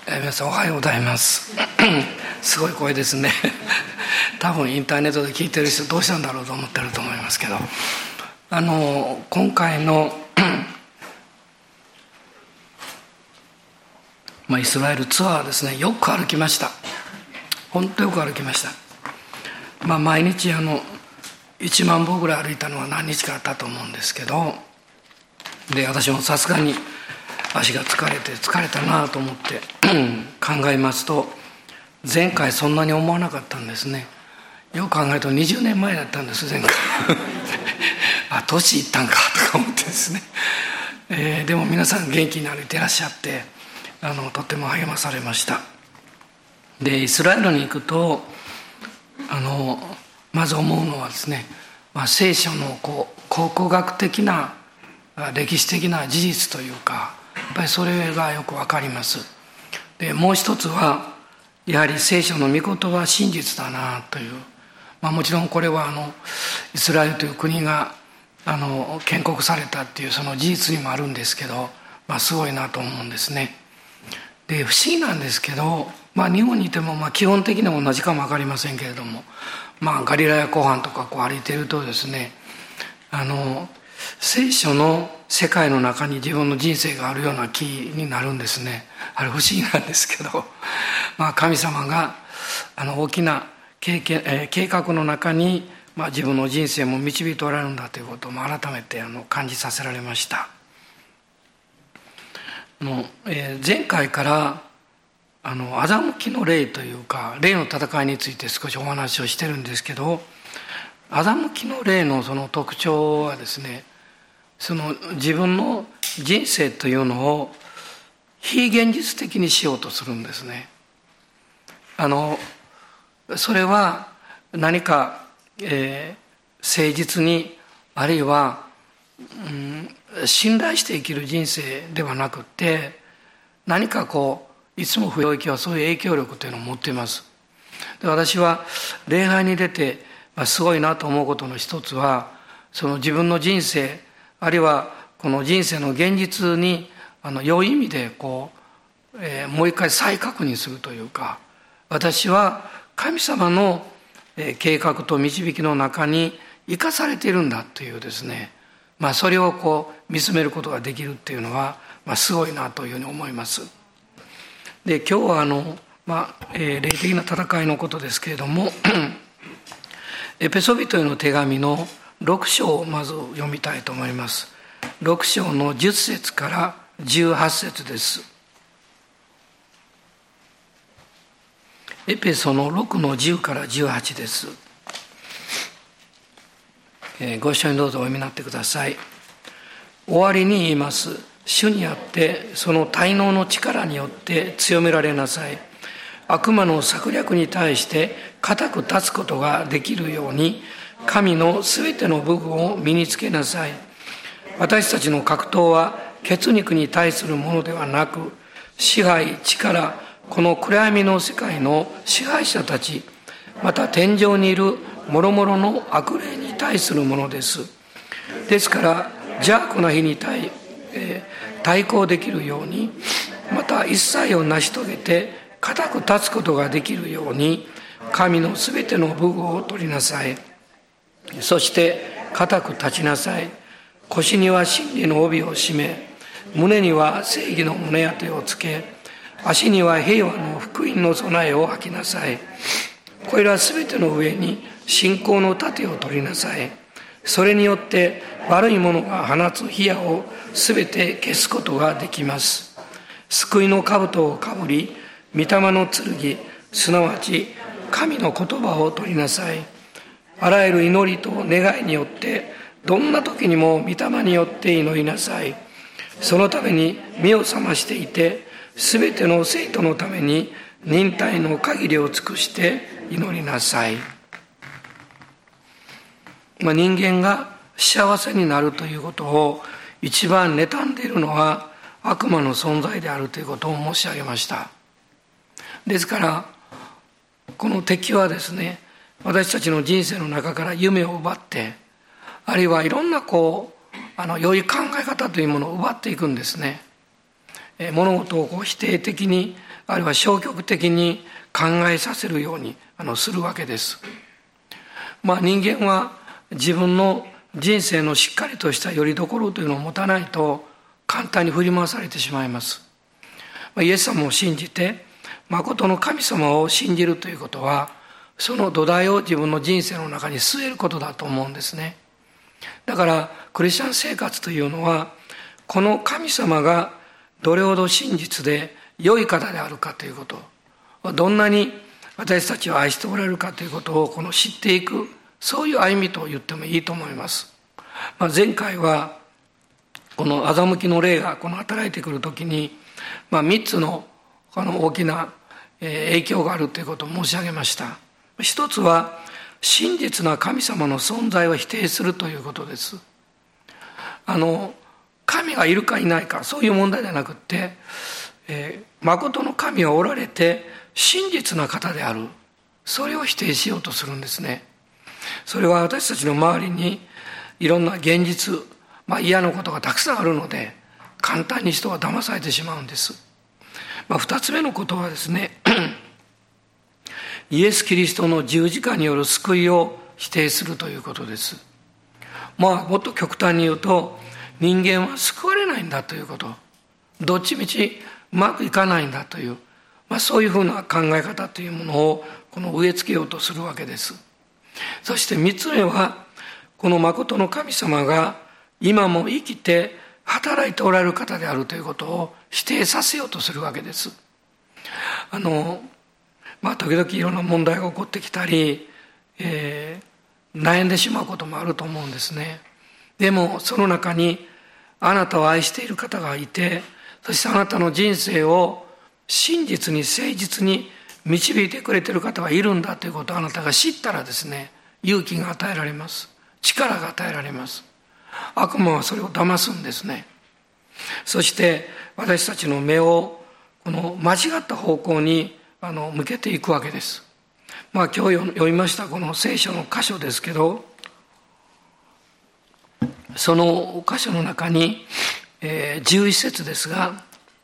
皆さんおはようございますすごい声ですね多分インターネットで聞いてる人どうしたんだろうと思ってると思いますけど、今回のイスラエルツアーですね、よく歩きました。本当よく歩きました。毎日1万歩ぐらい歩いたのは何日かあったと思うんですけど、で私もさすがに足が疲れたなと思って考えますと、前回そんなに思わなかったんですね。よく考えると20年前だったんです、前回年いったんかとか思ってですね、でも皆さん元気に歩いていらっしゃってとっても励まされました。でイスラエルに行くとまず思うのはですね、聖書の考古学的な歴史的な事実というか、やっぱりそれがよくわかります。でもう一つはやはり聖書の御言葉は真実だなという、もちろんこれはイスラエルという国が建国されたっていうその事実にもあるんですけど、すごいなと思うんですね。で不思議なんですけど、日本にいても基本的には同じかも分かりませんけれども、ガリラヤ湖畔とか歩いているとですね、聖書の世界の中に自分の人生があるような気になるんですね。あれ不思議なんですけど、神様が大きな計画の中に、自分の人生も導いておられるんだということを改めて感じさせられました。前回から欺きの霊というか霊の戦いについて少しお話をしてるんですけど、欺きの霊のその特徴はですね、その自分の人生というのを非現実的にしようとするんですね。それは何か、誠実にあるいは、信頼して生きる人生ではなくて、何かいつも不要はそういう影響力というのを持っています。で私は礼拝に出て、すごいなと思うことの一つは、その自分の人生あるいはこの人生の現実に良い意味でもう一回再確認するというか、私は神様の計画と導きの中に生かされているんだというですね、それを見つめることができるっていうのは、すごいなというふうに思います。で今日は霊的な戦いのことですけれどもエペソビトへの手紙の6章をまず読みたいと思います。6章の10節から18節です。エペソの6の10から18です。ご一緒にどうぞお読みになってください。終わりに言います。主にあってその大能の力によって強められなさい。悪魔の策略に対して固く立つことができるように神のすべての武具を身につけなさい。私たちの格闘は血肉に対するものではなく、支配、力、この暗闇の世界の支配者たち、また天上にいる諸々の悪霊に対するものです。ですから邪悪な日に対抗できるように、また一切を成し遂げて固く立つことができるように、神のすべての武具を取りなさい。そして固く立ちなさい。腰には真理の帯を締め、胸には正義の胸当てをつけ、足には平和の福音の備えを履きなさい。これらすべての上に信仰の盾を取りなさい。それによって悪い者が放つ火矢をすべて消すことができます。救いの兜をかぶり、御霊の剣、すなわち神の言葉を取りなさい。あらゆる祈りと願いによってどんな時にも御霊によって祈りなさい。そのために目を覚ましていて、すべての生徒のために忍耐の限りを尽くして祈りなさい。人間が幸せになるということを一番妬んでいるのは悪魔の存在であるということを申し上げました。ですからこの敵はですね、私たちの人生の中から夢を奪って、あるいはいろんな良い考え方というものを奪っていくんですね。物事を否定的にあるいは消極的に考えさせるようにするわけです。人間は自分の人生のしっかりとした拠り所というのを持たないと簡単に振り回されてしまいます。イエス様を信じて誠の神様を信じるということは、その土台を自分の人生の中に据えることだと思うんですね。だからクリスチャン生活というのは、この神様がどれほど真実で良い方であるかということ、どんなに私たちを愛しておられるかということを知っていく、そういう歩みと言ってもいいと思います。前回はこの欺きの霊が働いてくるときに、3つの大きな影響があるということを申し上げました。一つは真実な神様の存在を否定するということです。神がいるかいないか、そういう問題ではなくて、誠の神はおられて真実な方である、それを否定しようとするんですね。それは私たちの周りにいろんな現実、嫌なことがたくさんあるので、簡単に人は騙されてしまうんです。二つ目のことはですね、イエス・キリストの十字架による救いを否定するということです。もっと極端に言うと、人間は救われないんだということ、どっちみちうまくいかないんだという、そういうふうな考え方というものを植え付けようとするわけです。そして三つ目は、この誠の神様が今も生きて働いておられる方であるということを否定させようとするわけです。時々いろんな問題が起こってきたり、悩んでしまうこともあると思うんですね。でもその中にあなたを愛している方がいて、そしてあなたの人生を真実に誠実に導いてくれている方がいるんだということをあなたが知ったらですね、勇気が与えられます。力が与えられます。悪魔はそれを騙すんですね。そして私たちの目を間違った方向に向けていくわけです。今日読みましたこの聖書の箇所ですけど、その箇所の中に、11節ですが、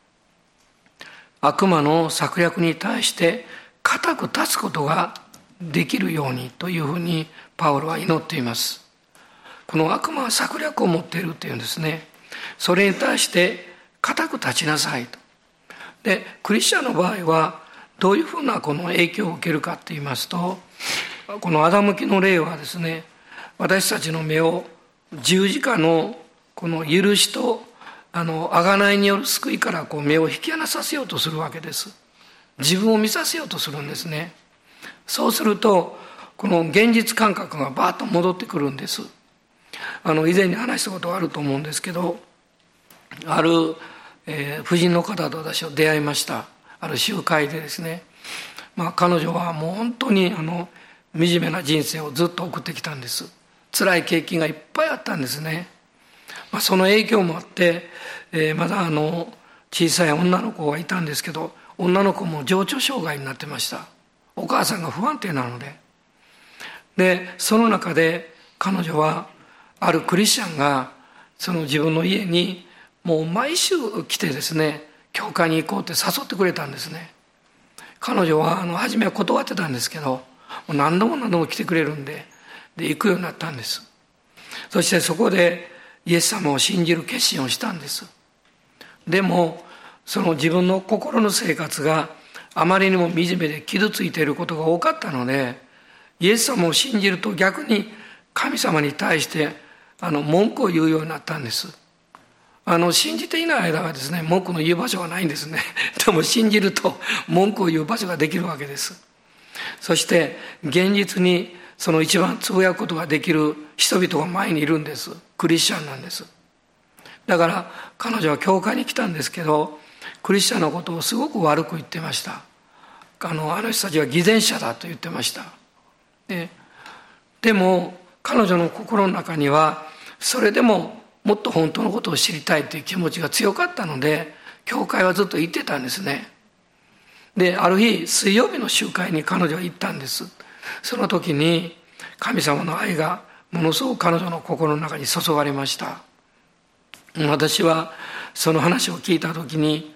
悪魔の策略に対して固く立つことができるようにというふうにパウロは祈っています。この悪魔は策略を持っているというんですね。それに対して固く立ちなさいと。で、クリスチャンの場合はどういうふうなこの影響を受けるかと言いますと、この欺きの霊はですね、私たちの目を十字架のこの許しと贖いによる救いから目を引き離させようとするわけです。自分を見させようとするんですね。そうするとこの現実感覚がバーッと戻ってくるんです。以前に話したことがあると思うんですけど、ある、婦人の方と私は出会いました。ある集会でですね、彼女はもう本当に惨めな人生をずっと送ってきたんです。辛い経験がいっぱいあったんですね。その影響もあって、まだ小さい女の子がいたんですけど、女の子も情緒障害になってました。お母さんが不安定なので。で、その中で彼女はあるクリスチャンがその自分の家にもう毎週来てですね、教会に行こうって誘ってくれたんですね。彼女は初めは断ってたんですけど、もう何度も来てくれるんで行くようになったんです。そしてそこでイエス様を信じる決心をしたんです。でもその自分の心の生活があまりにも惨めで傷ついていることが多かったので、イエス様を信じると逆に神様に対して文句を言うようになったんです。信じていない間はですね、文句の言う場所がないんですね。でも信じると文句を言う場所ができるわけです。そして現実にその一番つぶやくことができる人々が前にいるんです。クリスチャンなんです。だから彼女は教会に来たんですけど、クリスチャンのことをすごく悪く言ってました。あの人たちは偽善者だと言ってました。でも彼女の心の中にはそれでももっと本当のことを知りたいという気持ちが強かったので、教会はずっと行ってたんですね。で、ある日水曜日の集会に彼女は行ったんです。その時に神様の愛がものすごく彼女の心の中に注がれました。私はその話を聞いた時に、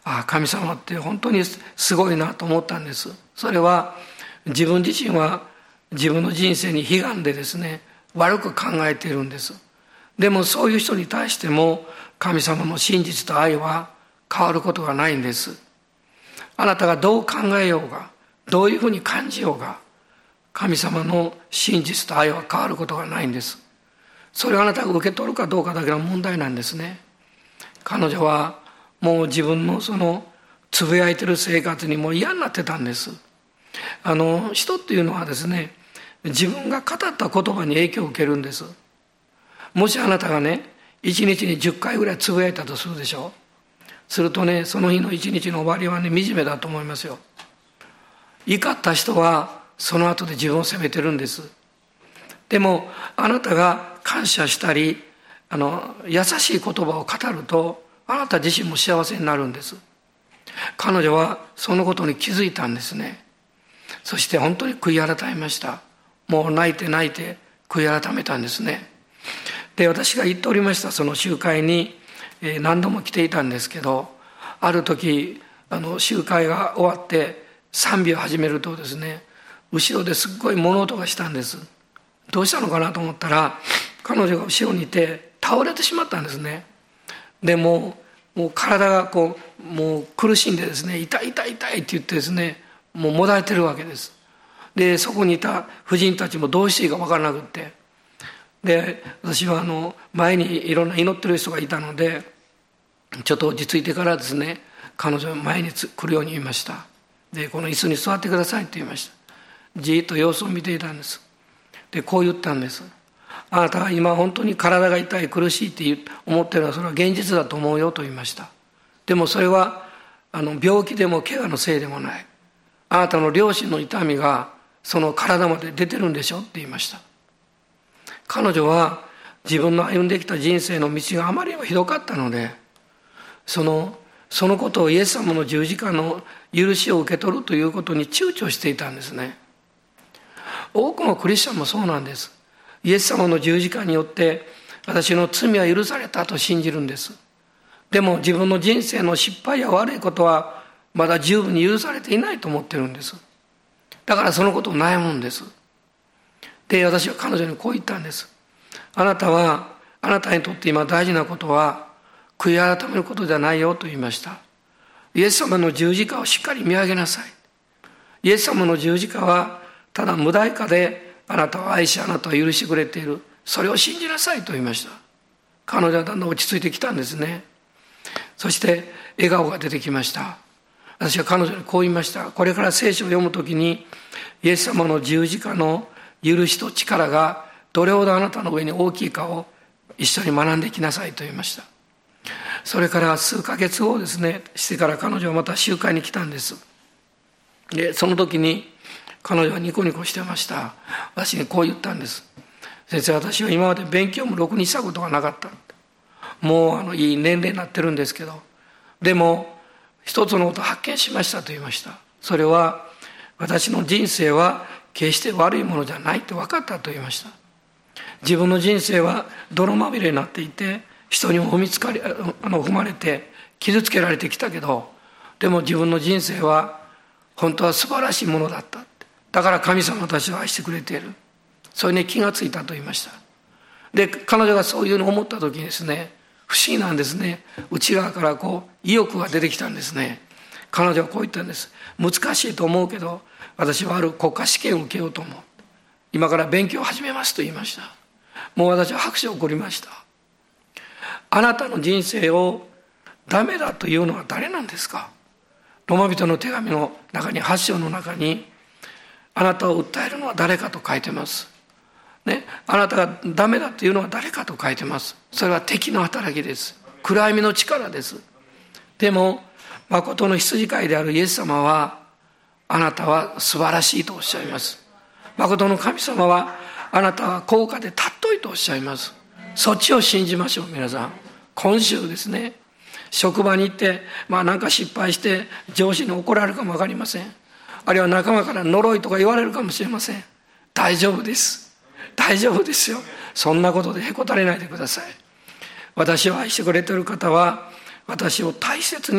神様って本当にすごいなと思ったんです。それは自分自身は自分の人生に悲願でですね、悪く考えているんです。でもそういう人に対しても神様の真実と愛は変わることがないんです。あなたがどう考えようが、どういうふうに感じようが、神様の真実と愛は変わることがないんです。それをあなたが受け取るかどうかだけの問題なんですね。彼女はもう自分のそのつぶやいてる生活にもう嫌になってたんです。人っていうのはですね、自分が語った言葉に影響を受けるんです。もしあなたがね、1日に10回ぐらいつぶやいたとするでしょ。するとね、その日の1日の終わりはね、惨めだと思いますよ。怒った人はその後で自分を責めてるんです。でもあなたが感謝したり優しい言葉を語ると、あなた自身も幸せになるんです。彼女はそのことに気づいたんですね。そして本当に悔い改めました。もう泣いて悔い改めたんですね。で、私が言っておりましたその集会に何度も来ていたんですけど、ある時集会が終わって賛美を始めるとですね、後ろですっごい物音がしたんです。どうしたのかなと思ったら、彼女が後ろにいて倒れてしまったんですね。でもう体がもう苦しんでですね、痛いって言ってですね、もうもだえてるわけです。で、そこにいた婦人たちもどうしていいか分からなくって、で、私は前にいろんな祈ってる人がいたので、ちょっと落ち着いてからですね、彼女は前に来るように言いました。で、この椅子に座ってくださいって言いました。じーっと様子を見ていたんです。で、こう言ったんです。あなたが今本当に体が痛い苦しいって思ってるのはそれは現実だと思うよと言いました。でもそれは病気でも怪我のせいでもない。あなたの良心の痛みがその体まで出てるんでしょって言いました。彼女は自分の歩んできた人生の道があまりにもひどかったので、そのことをイエス様の十字架の許しを受け取るということに躊躇していたんですね。多くのクリスチャンもそうなんです。イエス様の十字架によって私の罪は許されたと信じるんです。でも自分の人生の失敗や悪いことはまだ十分に許されていないと思ってるんです。だからそのことを悩むんです。で、私は彼女にこう言ったんです。あなたにとって今大事なことは悔い改めることじゃないよと言いました。イエス様の十字架をしっかり見上げなさい。イエス様の十字架はただ無代価であなたを愛し、あなたを許してくれている。それを信じなさいと言いました。彼女はだんだん落ち着いてきたんですね。そして笑顔が出てきました。私は彼女にこう言いました。これから聖書を読むときにイエス様の十字架の許しと力がどれほどあなたの上に大きいかを一緒に学んでいきなさいと言いました。それから数ヶ月後ですね、してから彼女はまた集会に来たんです。で、その時に彼女はニコニコしてました。私にこう言ったんです。先生、私は今まで勉強もろくにしたことがなかった。もういい年齢になってるんですけど、でも一つのことを発見しましたと言いました。それは私の人生は決して悪いものじゃないと分かったと言いました。自分の人生は泥まみれになっていて、人にも踏まれて傷つけられてきたけど、でも自分の人生は本当は素晴らしいものだった。だから神様は私を愛してくれている。それに気がついたと言いました。で、彼女がそういうのを思った時にですね、不思議なんですね。内側から意欲が出てきたんですね。彼女はこう言ったんです。難しいと思うけど、私はある国家試験を受けようと思う。今から勉強を始めますと言いました。もう私は拍手を送りました。あなたの人生をダメだというのは誰なんですか？ローマ人の手紙の中に、8章の中に、あなたを訴えるのは誰かと書いてます。ね、あなたがダメだというのは誰かと書いてます。それは敵の働きです。暗闇の力です。でも、誠の羊飼いであるイエス様は、あなたは素晴らしいとおっしゃいます。誠の神様は、あなたは高価で尊いとおっしゃいます。そっちを信じましょう、皆さん。今週ですね、職場に行って、なんか失敗して上司に怒られるかもわかりません。あるいは仲間から呪いとか言われるかもしれません。大丈夫です。大丈夫ですよ。そんなことでへこたれないでください。私を愛してくれている方は、私を大切に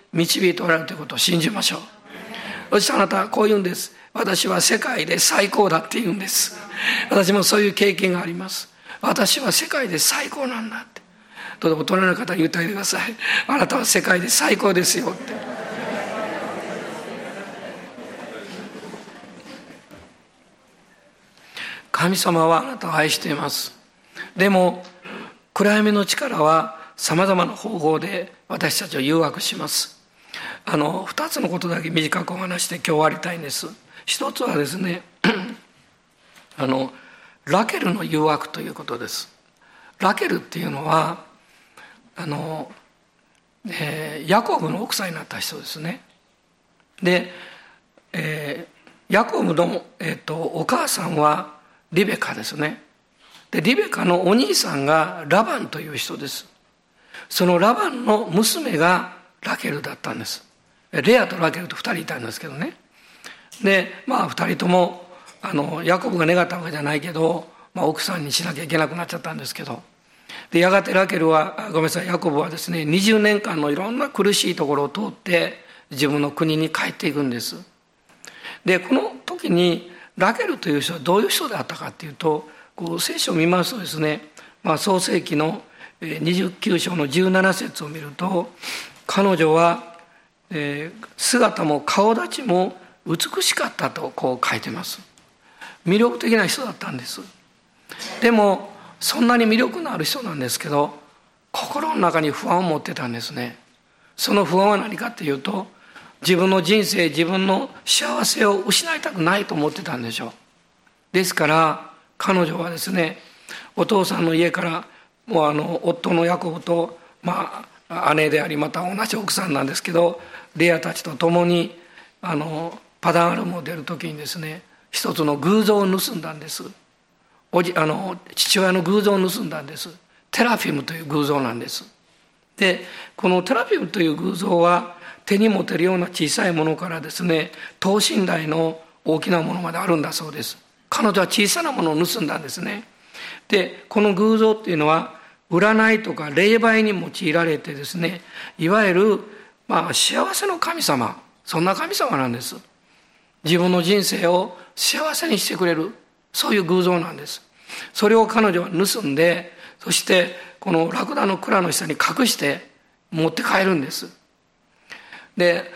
導いておられるということを信じましょう。そしてあなたはこう言うんです。私は世界で最高だって言うんです。私もそういう経験があります。私は世界で最高なんだって。どうぞ大人の方に言ってあげてください。あなたは世界で最高ですよって。神様はあなたを愛しています。でも暗闇の力はさまざまな方法で私たちを誘惑します。2つのことだけ短くお話して今日終わりたいんです。一つはですねラケルの誘惑ということです。ラケルっていうのはヤコブの奥さんになった人ですね。で、ヤコブの、お母さんはリベカですね。でリベカのお兄さんがラバンという人です。そのラバンの娘がラケルだったんです。レアとラケルと2人いたんですけどね。で2人ともヤコブが願ったわけじゃないけど、奥さんにしなきゃいけなくなっちゃったんですけど、でやがてラケルはごめんなさいヤコブはですね20年間のいろんな苦しいところを通って自分の国に帰っていくんです。でこの時にラケルという人はどういう人であったかっていうと、聖書を見ますとですね、創世記の29章の17節を見ると、彼女は姿も顔立ちも美しかったとこう書いてます。魅力的な人だったんです。でもそんなに魅力のある人なんですけど、心の中に不安を持ってたんですね。その不安は何かっていうと、自分の人生、自分の幸せを失いたくないと思ってたんでしょう。ですから彼女はですね、お父さんの家からもう夫のヤコブと、姉でありまた同じ奥さんなんですけどレアたちと共にパダンアラムを出る時にですね、一つの偶像を盗んだんです。父親の偶像を盗んだんです。テラフィムという偶像なんです。でこのテラフィムという偶像は手に持てるような小さいものからですね、等身大の大きなものまであるんだそうです。彼女は小さなものを盗んだんですね。でこの偶像っていうのは占いとか霊媒に用いられてですね、いわゆる幸せの神様、そんな神様なんです。自分の人生を幸せにしてくれる、そういう偶像なんです。それを彼女は盗んで、そしてこのラクダの蔵の下に隠して持って帰るんです。で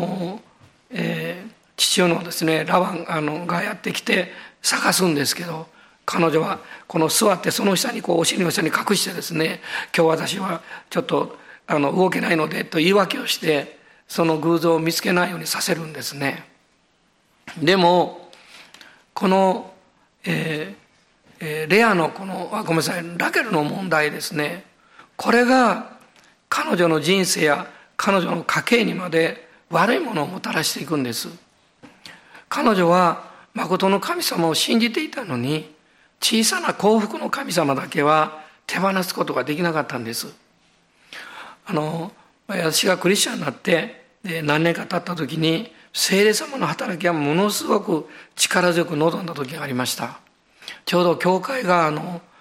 父親のですねラバンがやってきて探すんですけど、彼女はこの座ってその下にお尻の下に隠してですね、今日私はちょっと動けないのでと言い訳をしてその偶像を見つけないようにさせるんですね。でもこの、レアのごめんなさいラケルの問題ですね、これが彼女の人生や彼女の家計にまで悪いものをもたらしていくんです。彼女は誠の神様を信じていたのに、小さな幸福の神様だけは手放すことができなかったんです。私がクリスチャンになって何年か経った時に聖霊様の働きはものすごく力強く望んだ時がありました。ちょうど教会が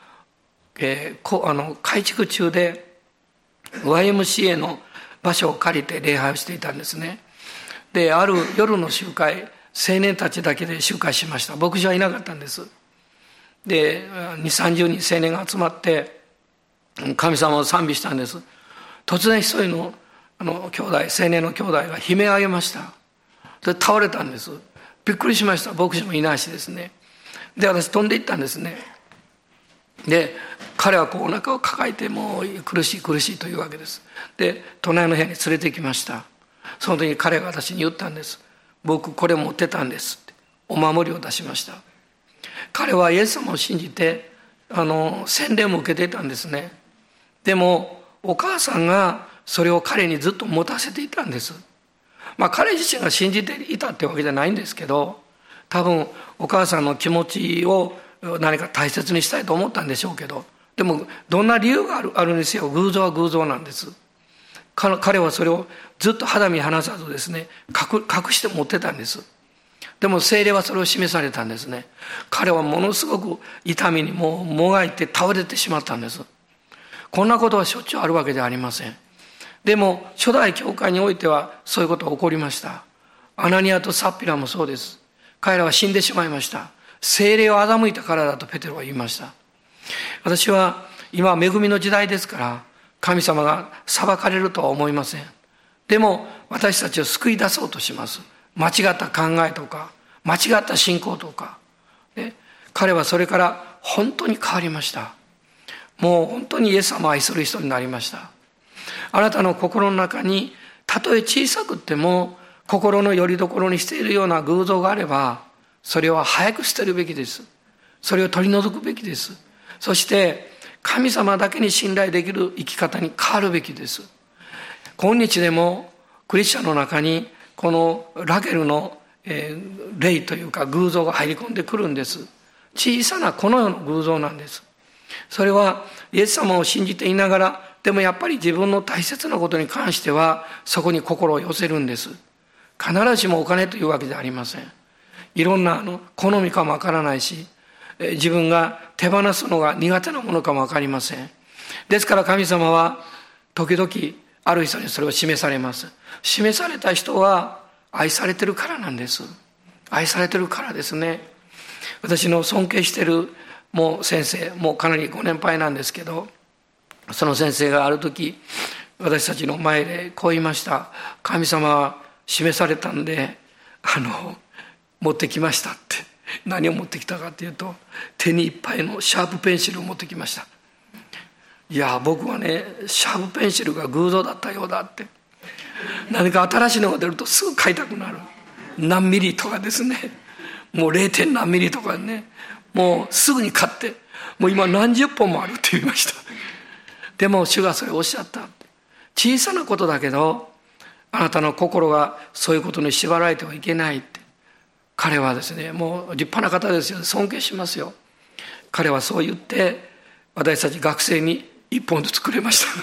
改築中で YMCA の場所を借りて礼拝をしていたんですね。である夜の集会、青年たちだけで集会しました。牧師はいなかったんです。で2、30人青年が集まって神様を賛美したんです。突然一人の兄弟、青年の兄弟が悲鳴を上げました。で倒れたんです。びっくりしました。牧師もいないしですね。で私飛んでいったんですね。で彼はお腹を抱えてもう苦しい苦しいというわけです。で隣の部屋に連れてきました。その時に彼が私に言ったんです。僕これ持ってたんですって。お守りを出しました。彼はイエス様を信じて洗礼も受けていたんですね。でもお母さんがそれを彼にずっと持たせていたんです。彼自身が信じていたってわけじゃないんですけど、多分お母さんの気持ちを何か大切にしたいと思ったんでしょうけど、でもどんな理由があるにせよ偶像は偶像なんです。彼はそれをずっと肌身離さずですね隠して持ってたんです。でも聖霊はそれを示されたんですね。彼はものすごく痛みにもがいて倒れてしまったんです。こんなことはしょっちゅうあるわけではありません。 でも初代教会においてはそういうことが起こりました。アナニアとサッピラもそうです。彼らは死んでしまいました。聖霊を欺いたからだとペテロは言いました。私は今は恵みの時代ですから神様が裁かれるとは思いません。でも私たちを救い出そうとします。間違った考えとか間違った信仰とか、ね、彼はそれから本当に変わりました。もう本当にイエス様を愛する人になりました。あなたの心の中にたとえ小さくっても心の拠り所にしているような偶像があればそれは早く捨てるべきです。それを取り除くべきです。そして神様だけに信頼できる生き方に変わるべきです。今日でもクリスチャンの中にこのラケルの霊というか偶像が入り込んでくるんです。小さなこの世の偶像なんです。それはイエス様を信じていながらでもやっぱり自分の大切なことに関してはそこに心を寄せるんです。必ずしもお金というわけではありません。いろんな好みかもわからないし自分が手放すのが苦手なものかもわかりません。ですから神様は時々ある人にそれを示されます。示された人は愛されてるからなんです。愛されてるからですね。私の尊敬しているもう先生、もうかなりご年配なんですけど、その先生がある時私たちの前でこう言いました。神様は示されたんで持ってきましたって。何を持ってきたかというと手にいっぱいのシャープペンシルを持ってきました。いや僕はねシャープペンシルが偶像だったようだって。何か新しいのが出るとすぐ買いたくなる。何ミリとかですね、もう 0. 何ミリとかね、もうすぐに買ってもう今何十本もあるって言いました。でも主がそれをおっしゃった。小さなことだけどあなたの心がそういうことに縛られてはいけないって。彼はですねもう立派な方ですよ。尊敬しますよ。彼はそう言って私たち学生に一本ずつくれました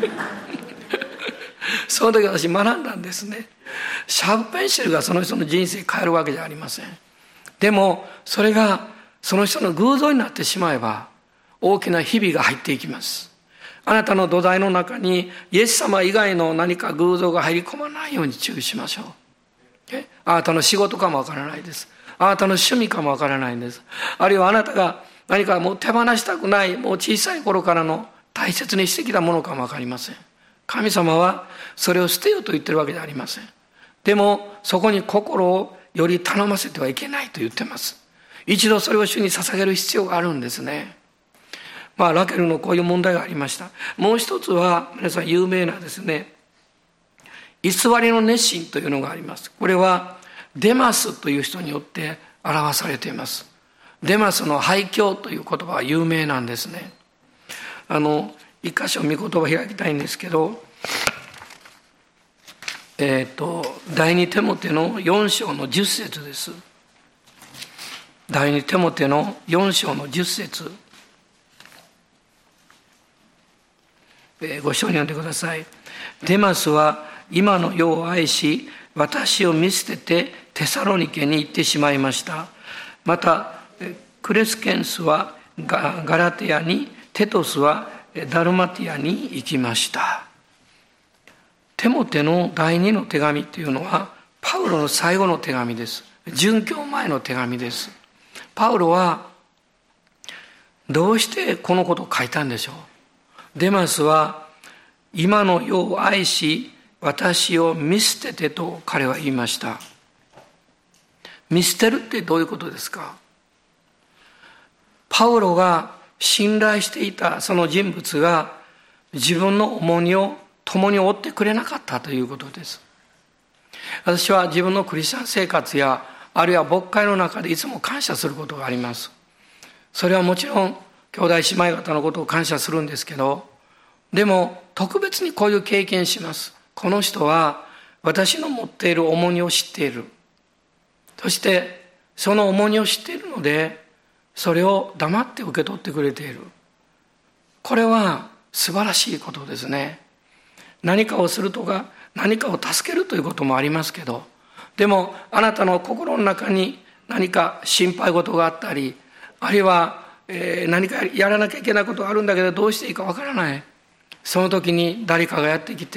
その時私学んだんですね。シャープペンシルがその人の人生変えるわけじゃありません。でもそれがその人の偶像になってしまえば大きな日々が入っていきます。あなたの土台の中にイエス様以外の何か偶像が入り込まないように注意しましょう。あなたの仕事かもわからないです。あなたの趣味かもわからないんです。あるいはあなたが何かもう手放したくないもう小さい頃からの大切にしてきたものかもわかりません。神様はそれを捨てようと言ってるわけではありません。でもそこに心をより頼ませてはいけないと言ってます。一度それを主に捧げる必要があるんですね。ラケルのこういう問題がありました。もう一つは皆さん有名なですね偽りの熱心というのがあります。これはデマスという人によって表されています。デマスの廃墟という言葉は有名なんですね。一箇所御言葉を開きたいんですけど、第二テモテの4章の10節です。第二テモテの4章の10節、ご一緒に読んでください。デマスは今の世を愛し私を見捨ててテサロニケに行ってしまいました。またクレスケンスはガラテアに、テトスはダルマティアに行きました。テモテの第2の手紙というのはパウロの最後の手紙です。殉教前の手紙です。パウロはどうしてこのことを書いたんでしょう。デマスは今の世を愛し私を見捨ててと彼は言いました。見捨てるってどういうことですか。パウロが信頼していたその人物が自分の重荷を共に負ってくれなかったということです。私は自分のクリスチャン生活やあるいは牧会の中でいつも感謝することがあります。それはもちろん兄弟姉妹方のことを感謝するんですけど、でも特別にこういう経験します。この人は私の持っている重荷を知っている。そしてその重荷を知っているのでそれを黙って受け取ってくれている。これは素晴らしいことですね。何かをするとか何かを助けるということもありますけど、でもあなたの心の中に何か心配事があったり、あるいは何かやらなきゃいけないことがあるんだけどどうしていいかわからない。その時に誰かがやってきて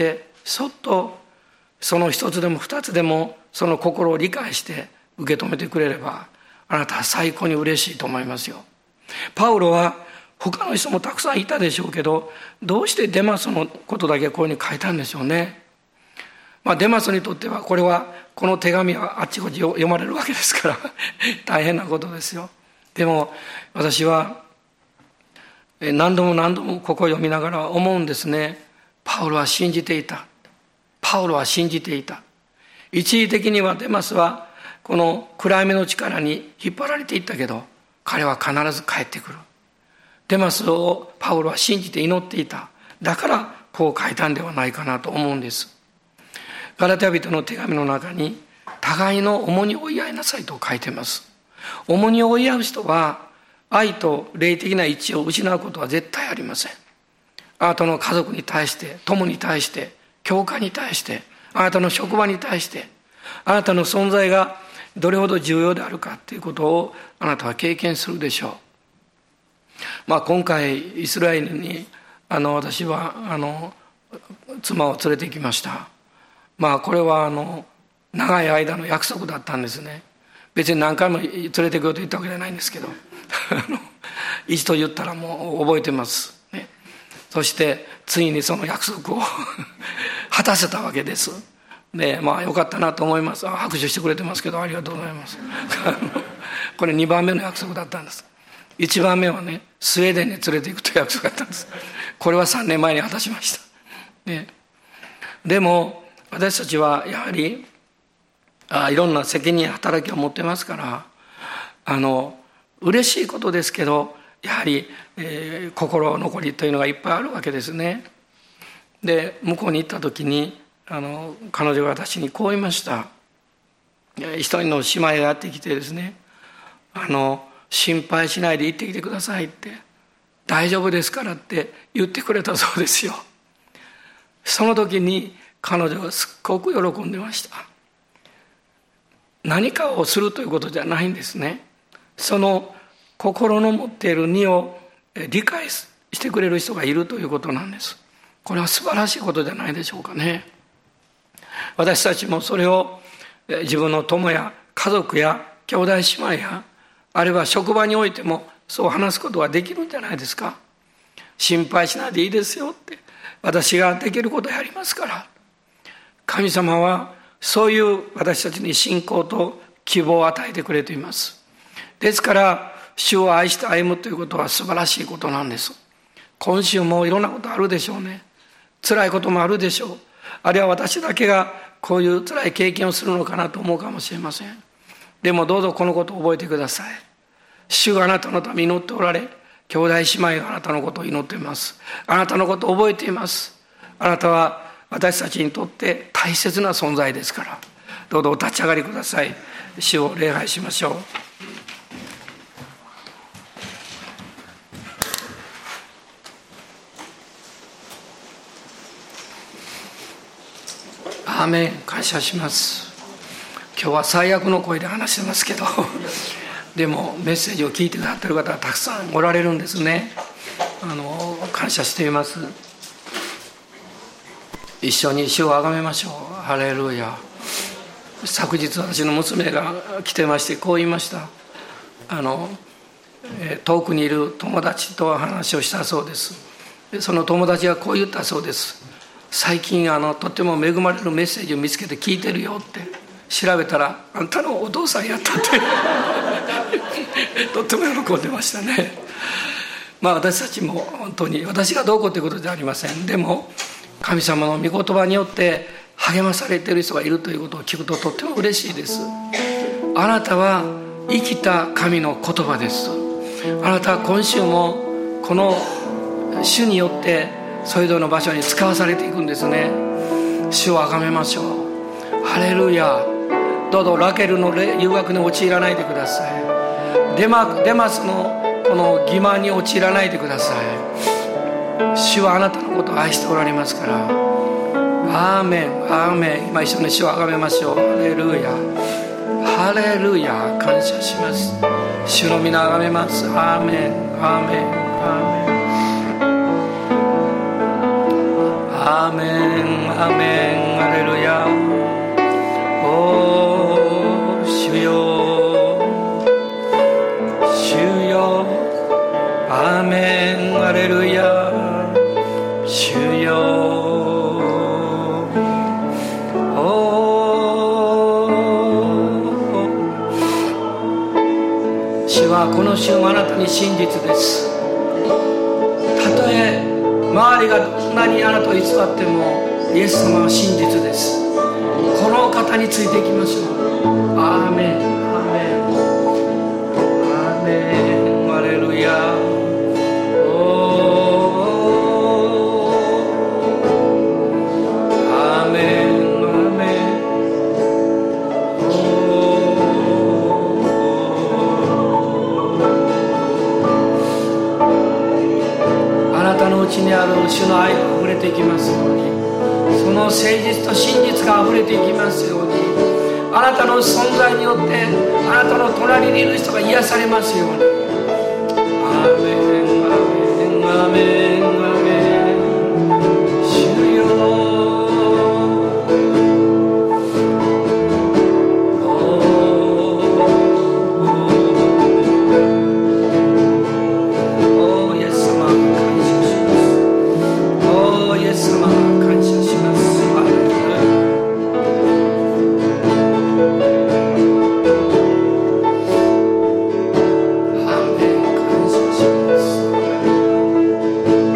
そっとその一つでも二つでもその心を理解して受け止めてくれれば、あなたは最高に嬉しいと思いますよ。パウロは他の人もたくさんいたでしょうけど、どうしてデマスのことだけこういうふうに書いたんでしょうね。デマスにとってはこの手紙はあっちこっち読まれるわけですから大変なことですよ。でも私は何度も何度もここを読みながら思うんですね。パウロは信じていた。パウロは信じていた。一時的にはデマスはこの暗闇の力に引っ張られていったけど、彼は必ず帰ってくる。デマスをパウロは信じて祈っていた。だからこう書いたんではないかなと思うんです。ガラテヤ人の手紙の中に、互いの重荷を追い合いなさいと書いています。重荷を追い合う人は愛と霊的な一致を失うことは絶対ありません。あなたの家族に対して、友に対して、教会に対して、あなたの職場に対して、あなたの存在がどれほど重要であるかということをあなたは経験するでしょう。今回イスラエルに私は妻を連れてきました。これは長い間の約束だったんですね。別に何回も連れてこようと言ったわけじゃないんですけど一度言ったらもう覚えてます、ね、そしてついにその約束を果たせたわけです。でよかったなと思います。拍手してくれてますけど、ありがとうございますこれ2番目の約束だったんです。1番目はね、スウェーデンに連れて行くという約束だったんです。これは3年前に果たしました、ね、でも私たちはやはりいろんな責任働きを持ってますから、嬉しいことですけど、やはり、心残りというのがいっぱいあるわけですね。で向こうに行った時に彼女が私にこう言いました。一人の姉妹がやってきてですね、心配しないで行ってきてくださいって、大丈夫ですからって言ってくれたそうですよ。その時に彼女はすっごく喜んでました。何かをするということじゃないんですね。その心の持っている荷を理解してくれる人がいるということなんです。これは素晴らしいことじゃないでしょうかね。私たちもそれを自分の友や家族や兄弟姉妹や、あるいは職場においてもそう話すことができるんじゃないですか。心配しないでいいですよって、私ができることをやりますから。神様はそういう私たちに信仰と希望を与えてくれています。ですから主を愛して歩むということは素晴らしいことなんです。今週もいろんなことあるでしょうね。辛いこともあるでしょう。あるいは私だけがこういう辛い経験をするのかなと思うかもしれません。でもどうぞこのことを覚えてください。主があなたのために祈っておられ、兄弟姉妹があなたのことを祈っています。あなたのことを覚えています。あなたは私たちにとって大切な存在ですから、どうぞお立ち上がりください。主を礼拝しましょう。アーメン。感謝します。今日は最悪の声で話してますけどでもメッセージを聞いてくださっている方がたくさんおられるんですね。感謝しています。一緒に主をあがめましょう。ハレルヤ。昨日私の娘が来てまして、こう言いました。遠くにいる友達と話をしたそうです。その友達がこう言ったそうです。最近とっても恵まれるメッセージを見つけて聞いてるよって。調べたらあんたのお父さんやったってとっても喜んでましたね。私たちも本当に、私がどうこうということではありません。でも神様の御言葉によって励まされている人がいるということを聞くととっても嬉しいです。あなたは生きた神の言葉です。あなたは今週もこの主によってそれぞれの場所に使わされていくんですね。主をあがめましょう。ハレルヤ。どうぞラケルの誘惑に陥らないでください。デマスのこの欺瞞に陥らないでください。主はあなたのことを愛しておられますから。アーメンアーメン。今一緒に主をあがめましょう。ハレルヤハレルヤ。感謝します。主の皆あがめます。アーメンアーメンアーメン。 アーメンアーメンハレルヤ。おー主よ主よアーメンハレルヤ。主よ主はこの週もあなたに真実です。たとえ周りがどんなにあなたを偽ってもイエス様は真実です。この方についていきましょう。アーメンアーメンアーメンハレルヤ。アーメンアーメン。あなたのうちにある主の愛があふれていきますように、その誠実と真実があふれていきますように、あなたの存在によってあなたの隣にいる人が癒されますように。アーメンアーメンアーメンアーメン。主よア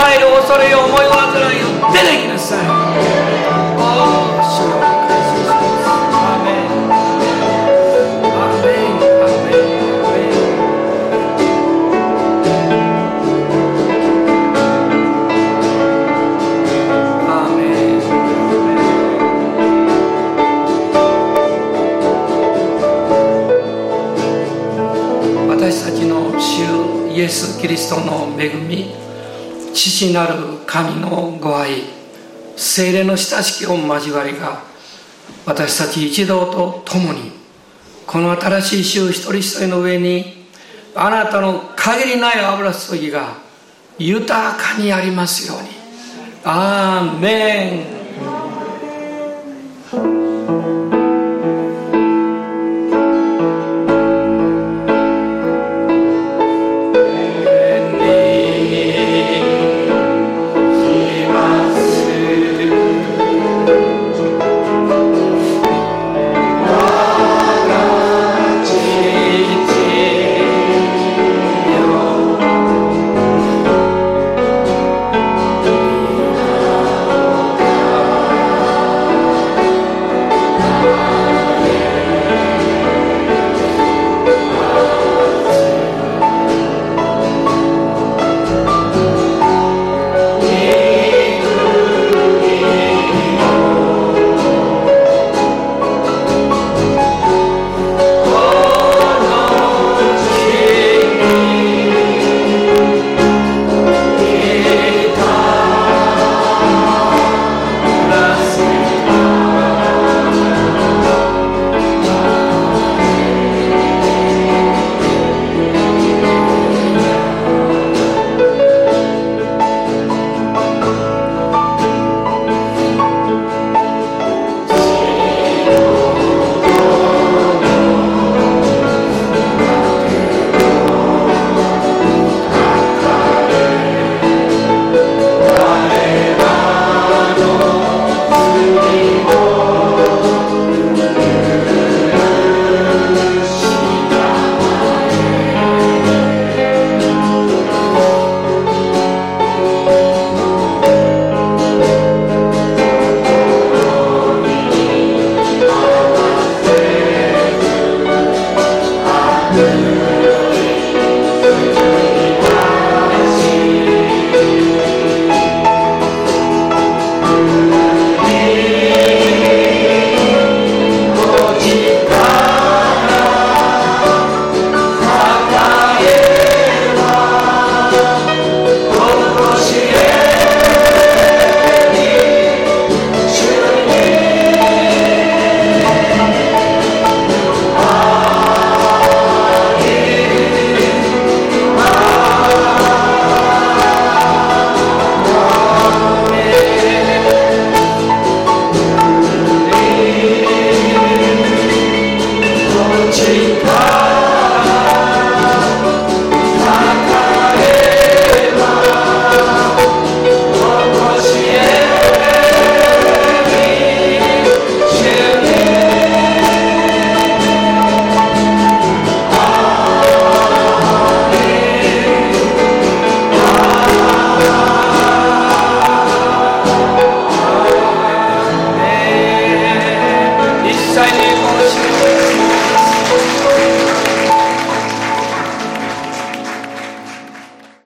える恐れよ思い煩いよ出てきなさい。おー主よ感謝します。アーメンアーメンアーメンアーメン。私たちの主イエス・キリストの恵み、父なる神のご愛、聖霊の親しき御交わりが私たち一同と共にこの新しい週一人一人の上にあなたの限りない油注ぎが豊かにありますように。アーメン。 God.